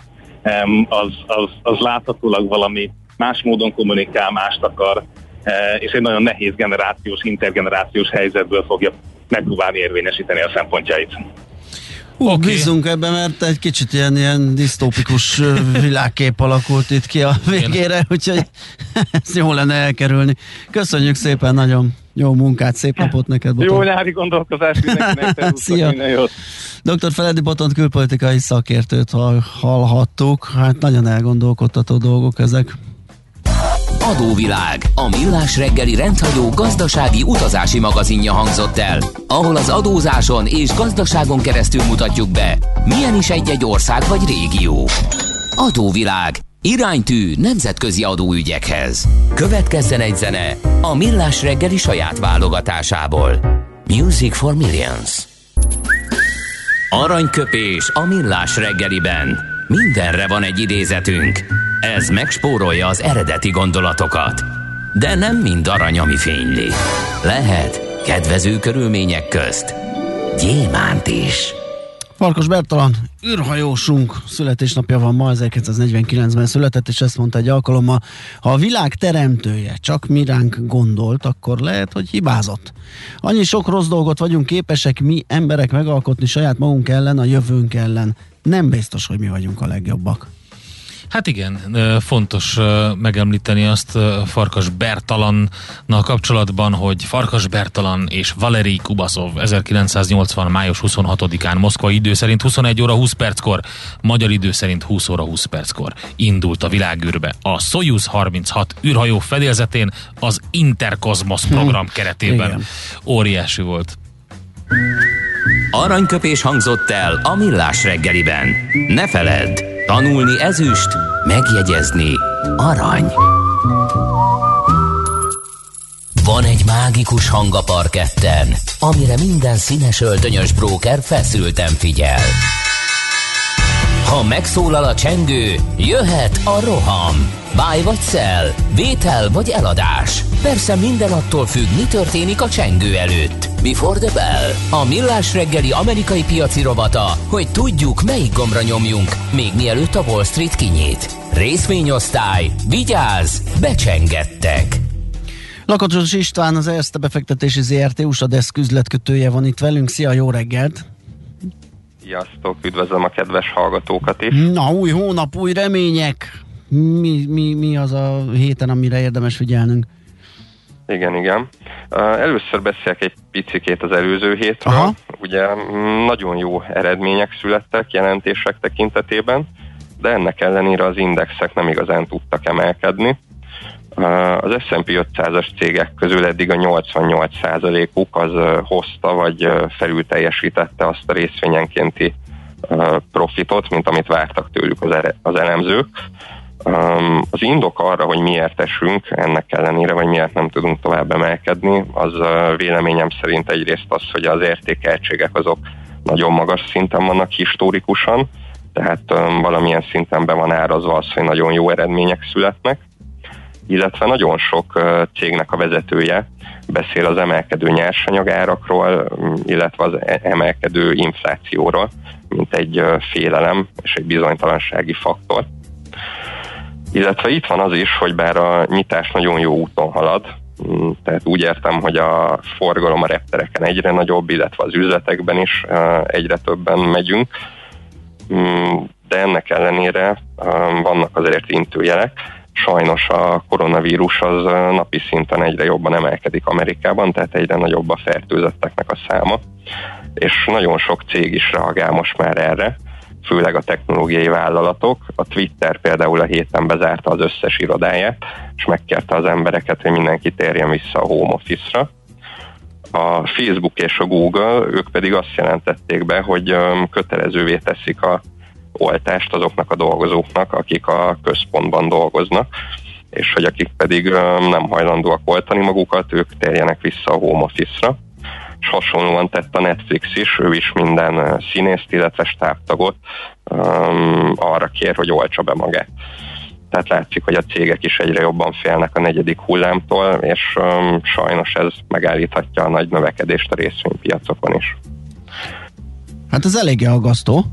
az láthatólag valami más módon kommunikál, mást akar, és egy nagyon nehéz generációs, intergenerációs helyzetből fogja megpróbálni érvényesíteni a szempontjait. Bízunk ebben, mert egy kicsit ilyen disztópikus világkép alakult itt ki a végére, úgyhogy ezt jó lenne elkerülni. Köszönjük szépen, nagyon jó munkát, szép napot neked, Botont. Jó nyári gondolkozás mindenkinek. Szia! Minden jót. Dr. Feledi Botont külpolitikai szakértőt hallhattuk, hát nagyon elgondolkodtató dolgok ezek. Adóvilág, a millás reggeli rendhagyó gazdasági utazási magazinja hangzott el, ahol az adózáson és gazdaságon keresztül mutatjuk be, milyen is egy-egy ország vagy régió. Adóvilág, iránytű nemzetközi adóügyekhez. Következzen egy zene a millás reggeli saját válogatásából. Music for Millions. Aranyköpés a millás reggeliben. Mindenre van egy idézetünk. Ez megspórolja az eredeti gondolatokat. De nem mind arany, ami fényli. Lehet kedvező körülmények közt gyémánt is. Farkas Bertalan, űrhajósunk születésnapja van ma, 1949-ben született, és ezt mondta egy alkalommal, ha a világ teremtője csak mi ránk gondolt, akkor lehet, hogy hibázott. Annyi sok rossz dolgot vagyunk képesek mi emberek megalkotni saját magunk ellen, a jövőnk ellen. Nem biztos, hogy mi vagyunk a legjobbak. Hát igen, fontos megemlíteni azt Farkas Bertalannal kapcsolatban, hogy Farkas Bertalan és Valerij Kubaszov 1980. május 26-án moszkvai idő szerint 21 óra 20 perckor, magyar idő szerint 20 óra 20 perckor indult a világűrbe a Soyuz 36 űrhajó fedélzetén az Interkozmosz program keretében. Igen. Óriási volt. Aranyköpés hangzott el a Millás reggeliben. Ne feledd, tanulni ezüst, megjegyezni arany. Van egy mágikus hang a parketten, amire minden színes öltönyös bróker feszülten figyel. Ha megszólal a csengő, jöhet a roham. Buy vagy sell, vétel vagy eladás. Persze minden attól függ, mi történik a csengő előtt. Before the bell, a Millás reggeli amerikai piaci rovata, hogy tudjuk, melyik gombra nyomjunk, még mielőtt a Wall Street kinyit. Részvényosztály, vigyázz, becsengettek! Lakatos István, az Erste befektetési ZRT USA Desk üzletkötője van itt velünk. Szia, jó reggelt! Sziasztok, üdvözlöm a kedves hallgatókat is. Na, új hónap, új remények. Mi az a héten, amire érdemes figyelnünk? Igen. Először beszélek egy picikét az előző hétről. Aha. Ugye nagyon jó eredmények születtek jelentések tekintetében, de ennek ellenére az indexek nem igazán tudtak emelkedni. Az S&P 500-as cégek közül eddig a 88%-uk az hozta, vagy felülteljesítette azt a részvényenkénti profitot, mint amit vártak tőlük az elemzők. Az indok arra, hogy miért esünk ennek ellenére, vagy miért nem tudunk tovább emelkedni, az véleményem szerint egyrészt az, hogy az értékeltségek azok nagyon magas szinten vannak historikusan, tehát valamilyen szinten be van árazva az, hogy nagyon jó eredmények születnek, illetve nagyon sok cégnek a vezetője beszél az emelkedő nyersanyagárakról, illetve az emelkedő inflációról, mint egy félelem és egy bizonytalansági faktor. Illetve itt van az is, hogy bár a nyitás nagyon jó úton halad, tehát úgy értem, hogy a forgalom a reptereken egyre nagyobb, illetve az üzletekben is egyre többen megyünk, de ennek ellenére vannak azért intőjelek. Sajnos a koronavírus az napi szinten egyre jobban emelkedik Amerikában, tehát egyre nagyobb a fertőzötteknek a száma, és nagyon sok cég is reagál most már erre, főleg a technológiai vállalatok. A Twitter például a héten bezárta az összes irodáját, és megkérte az embereket, hogy mindenki térjen vissza a home office-ra. A Facebook és a Google, ők pedig azt jelentették be, hogy kötelezővé teszik a oltást azoknak a dolgozóknak, akik a központban dolgoznak, és hogy akik pedig nem hajlandóak oltani magukat, ők térjenek vissza a home office-ra. És hasonlóan tett a Netflix is, ő is minden színészt, illetve stábtagot arra kér, hogy oltsa be magát. Tehát látszik, hogy a cégek is egyre jobban félnek a negyedik hullámtól, és sajnos ez megállíthatja a nagy növekedést a részvénypiacokon is. Hát ez eléggé aggasztó.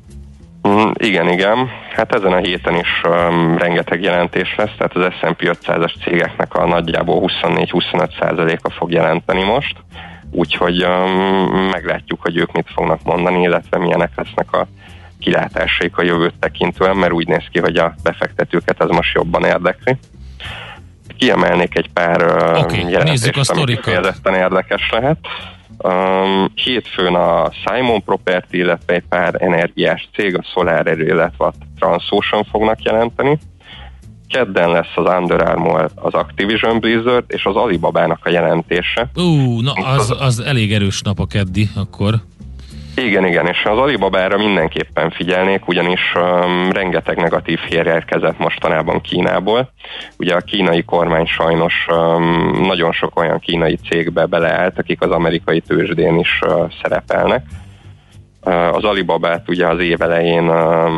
Igen. Hát ezen a héten is rengeteg jelentés lesz, tehát az S&P 500-as cégeknek a nagyjából 24-25%-a fog jelenteni most, úgyhogy meglátjuk, hogy ők mit fognak mondani, illetve milyenek lesznek a kilátásaik a jövőt tekintően, mert úgy néz ki, hogy a befektetőket ez most jobban érdekli. Kiemelnék egy pár jelentést, ami kifejezetten érdekes lehet. Hétfőn a Simon Property, illetve egy pár energiás cég, a SolarEdge, illetve a Transocean fognak jelenteni. Kedden lesz az Under Armour, az Activision Blizzard és az Alibabának a jelentése. Az elég erős nap a keddi akkor. Igen, és az Alibabára mindenképpen figyelnék, ugyanis rengeteg negatív hír érkezett mostanában Kínából. Ugye a kínai kormány sajnos nagyon sok olyan kínai cégbe beleállt, akik az amerikai tőzsdén is szerepelnek. Az Alibabát ugye az évelején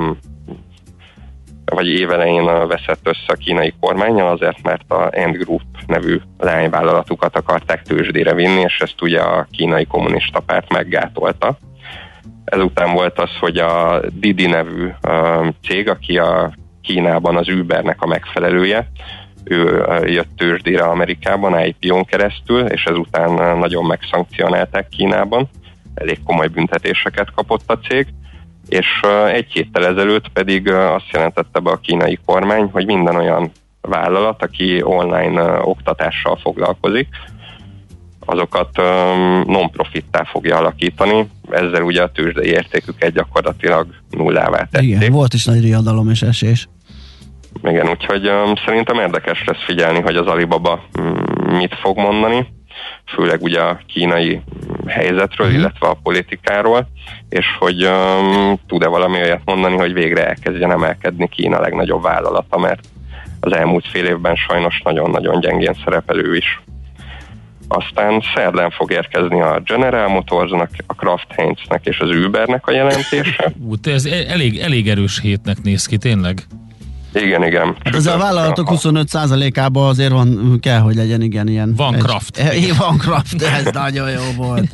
veszett össze a kínai kormánnyal, azért mert a Ant Group nevű leányvállalatukat akarták tőzsdére vinni, és ezt ugye a kínai kommunista párt meggátolta. Ezután volt az, hogy a Didi nevű cég, aki a Kínában az Ubernek a megfelelője, ő jött tőzsdére Amerikában IPO-n keresztül, és ezután nagyon megszankcionálták Kínában, elég komoly büntetéseket kapott a cég. és egy héttel ezelőtt pedig azt jelentette be a kínai kormány, hogy minden olyan vállalat, aki online oktatással foglalkozik, azokat non-profittá fogja alakítani, ezzel ugye a tőzsdei értéküket gyakorlatilag nullává tették. Igen, volt is nagy riadalom és esés. Igen, úgyhogy szerintem érdekes lesz figyelni, hogy az Alibaba mit fog mondani, főleg ugye a kínai helyzetről, illetve a politikáról, és hogy tud-e valami olyat mondani, hogy végre elkezdjen emelkedni Kína legnagyobb vállalata, mert az elmúlt fél évben sajnos nagyon-nagyon gyengén szerepelő is. Aztán szerdán fog érkezni a General Motorsnak, a Kraft Heinznek és az Ubernek a jelentése. Ez elég erős hétnek néz ki, tényleg? Igen. Hát ez a vállalatok 25%-ában azért kell, hogy legyen ilyen. Van Kraft. Van Kraft, ez nagyon jó volt.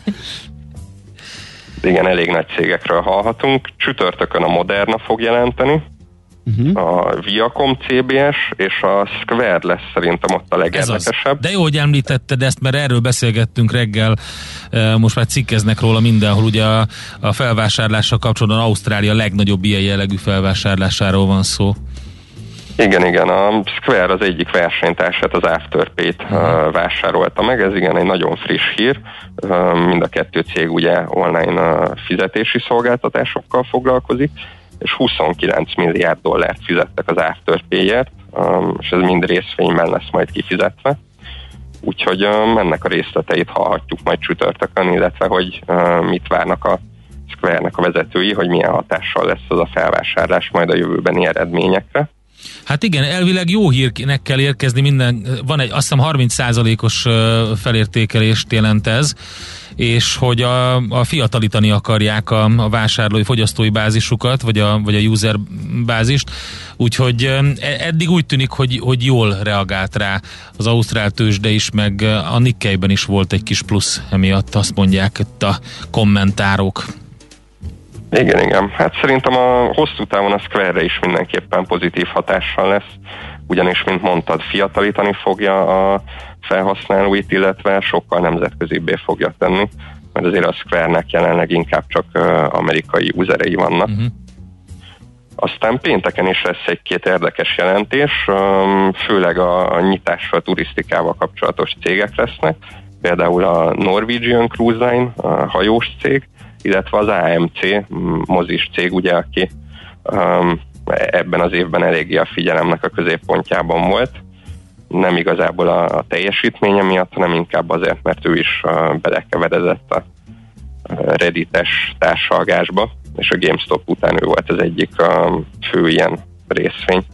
Igen, elég nagy cégekről hallhatunk. Csütörtökön a Moderna fog jelenteni, a Viacom CBS és a Square lesz szerintem ott a legérdekesebb. De jó, hogy említetted ezt, mert erről beszélgettünk reggel, most már cikkeznek róla mindenhol, ugye a felvásárlással kapcsolatban Ausztrália legnagyobb ilyen jellegű felvásárlásáról van szó. Igen, a Square az egyik versenytársát, az Afterpay-t vásárolta meg, ez igen egy nagyon friss hír, mind a kettő cég ugye online fizetési szolgáltatásokkal foglalkozik, és 29 milliárd dollárt fizettek az Afterpay-ért, és ez mind részvényben lesz majd kifizetve. Úgyhogy ennek a részleteit hallhatjuk majd csütörtökön, illetve hogy mit várnak a Square-nek a vezetői, hogy milyen hatással lesz az a felvásárlás majd a jövőbeni eredményekre. Hát igen, elvileg jó hírnek kell érkezni, van egy azt hiszem 30%-os felértékelést jelent ez, és hogy a fiatalítani akarják a vásárlói fogyasztói bázisukat, vagy a user bázist, úgyhogy eddig úgy tűnik, hogy jól reagált rá az ausztrál tőzsde is, meg a Nikkeiben is volt egy kis plusz emiatt, azt mondják itt a kommentárok. Igen. Hát szerintem a hosszú távon a Square-re is mindenképpen pozitív hatással lesz, ugyanis, mint mondtad, fiatalítani fogja a felhasználóit, illetve sokkal nemzetközibbé fogja tenni, mert azért a Square-nek jelenleg inkább csak amerikai userei vannak. Aztán pénteken is lesz egy-két érdekes jelentés, főleg a nyitással, turisztikával kapcsolatos cégek lesznek, például a Norwegian Cruise Line, a hajós cég, illetve az AMC mozis cég, ugye, aki ebben az évben eléggé a figyelemnek a középpontjában volt. Nem igazából a teljesítménye miatt, hanem inkább azért, mert ő is belekeveredett a Reddit-es társalgásba, és a GameStop után ő volt az egyik fő ilyen részvény.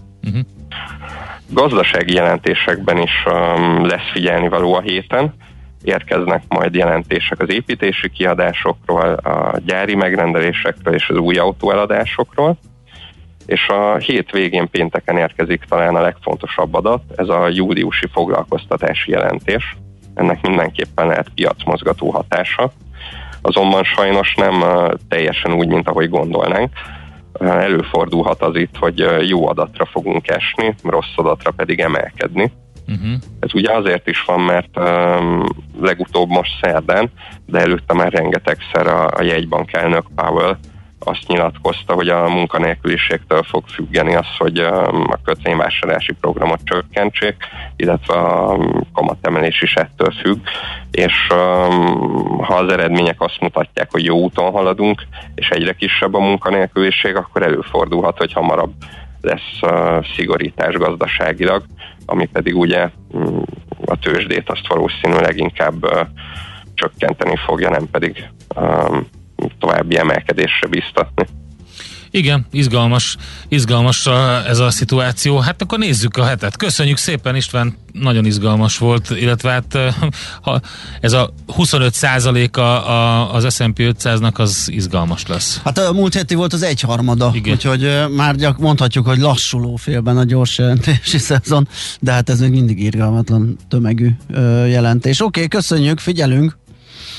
Gazdasági jelentésekben is lesz figyelnivaló a héten. Érkeznek majd jelentések az építési kiadásokról, a gyári megrendelésekről és az új autóeladásokról. És a hét végén pénteken érkezik talán a legfontosabb adat, ez a júliusi foglalkoztatási jelentés. Ennek mindenképpen lehet piacmozgató hatása. Azonban sajnos nem teljesen úgy, mint ahogy gondolnánk. Előfordulhat az itt, hogy jó adatra fogunk esni, rossz adatra pedig emelkedni. Ez ugye azért is van, mert legutóbb most szerdán, de előtte már rengetegszer a jegybank elnök Powell azt nyilatkozta, hogy a munkanélküliségtől fog függeni az, hogy a kötvényvásárlási programot csökkentsék, illetve a kamatemelés is ettől függ, és ha az eredmények azt mutatják, hogy jó úton haladunk, és egyre kisebb a munkanélküliség, akkor előfordulhat, hogy hamarabb lesz szigorítás gazdaságilag, ami pedig ugye a tőzsdét azt valószínűleg inkább csökkenteni fogja, nem pedig további emelkedésre biztatni. Igen, izgalmas ez a szituáció. Hát akkor nézzük a hetet. Köszönjük szépen, István, nagyon izgalmas volt, illetve hát ez a 25%-a az S&P 500-nak az izgalmas lesz. Hát a múlt heti volt az 1/3, úgyhogy már mondhatjuk, hogy lassuló félben a gyors jelentési szezon, de hát ez még mindig irgalmatlan tömegű jelentés. Oké, köszönjük, figyelünk!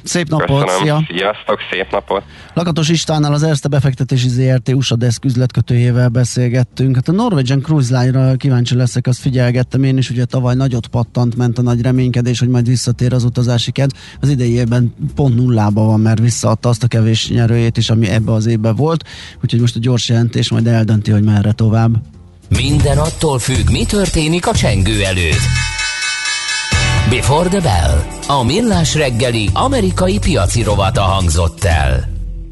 Szép napot, Köszönöm. Sziasztok, szép napot. Lakatos Istvánnal, az Erste Befektetési ZRT USA Desk üzletkötőjével beszélgettünk. Hát a Norwegian Cruise Line-ra kíváncsi leszek, azt figyelgettem én is, ugye tavaly nagyot pattant, ment a nagy reménykedés, hogy majd visszatér az utazási kedv. Az idei évben pont nullában van, mert visszaadta azt a kevés nyerőjét is, ami ebbe az évben volt. Úgyhogy most a gyors jelentés majd eldönti, hogy merre tovább. Minden attól függ, mi történik a csengő előtt. Before the Bell. A millás reggeli amerikai piaci rovata hangzott el.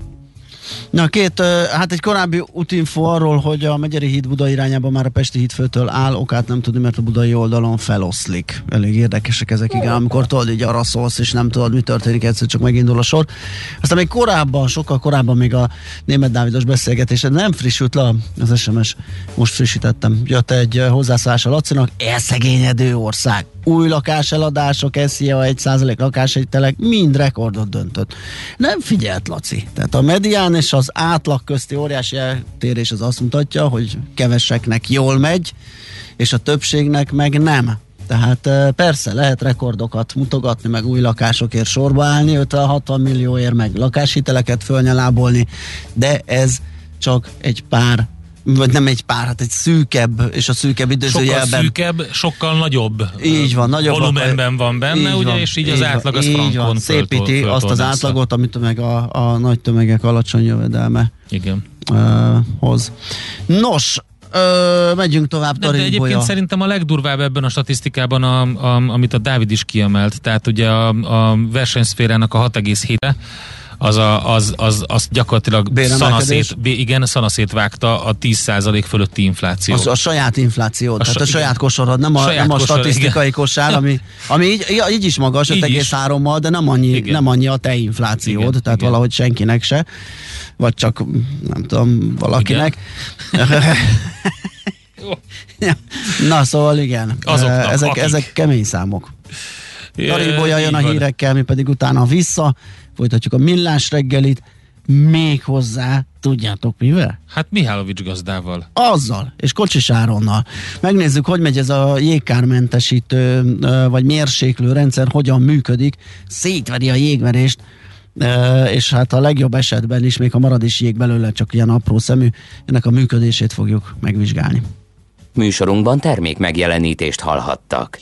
Na hát egy korábbi útinfo arról, hogy a Megyeri híd Buda irányában már a Pesti hídfőtől áll, okát nem tudni, mert a budai oldalon feloszlik. Elég érdekesek ezek, igen, amikor tudod, így arra szólsz, és nem tudod, mi történik, egyszer csak megindul a sor. Aztán még korábban, sokkal korábban még a Németh Dávidos beszélgetésen nem frissült le az SMS, most frissítettem. Jött egy hozzászólás a Lacinak, elszegényedő ország. Új lakáseladások, SZIA 1% lakásegytelek, mind rekordot döntött. Nem figyelt, Laci. Tehát a medián és az átlag közti óriási eltérés az azt mutatja, hogy keveseknek jól megy, és a többségnek meg nem. Tehát persze lehet rekordokat mutogatni, meg új lakásokért sorba állni, 50-60 millióért meg lakáshiteleket fölnyalábolni, de ez csak egy pár, vagy nem egy pár, hát egy szűkebb, és a szűkebb időzőjelben. Sokkal szűkebb, sokkal nagyobb. Így van, nagyobb volumenben van benne, így ugye, van, és így az átlag az frankon szépíti azt az átlagot, amit meg a nagy tömegek alacsony jövedelme hoz. Nos, megyünk tovább. De egyébként szerintem a legdurvább ebben a statisztikában, amit a Dávid is kiemelt, tehát ugye a versenyszférának a 6,7-e, az gyakorlatilag szanaszét vágta a 10% fölötti infláció. A saját infláció, tehát a saját kosarad, nem a statisztikai kosár, ami így is magas, 5,3-mal, de nem annyi a te inflációd, tehát valahogy senkinek se, vagy csak nem tudom, valakinek. Na, szóval igen, ezek kemény számok. Taribolya jön a hírekkel, mi pedig utána vissza. Folytatjuk a millás reggelit, még hozzá, tudjátok mivel? Hát Mihálovics gazdával. Azzal, és Kocsis Áronnal. Megnézzük, hogy megy ez a jégkármentesítő, vagy mérséklő rendszer, hogyan működik, szétveri a jégverést, és hát a legjobb esetben is, még ha marad is jég belőle, csak ilyen apró szemű, ennek a működését fogjuk megvizsgálni. Műsorunkban termék megjelenítést hallhattak.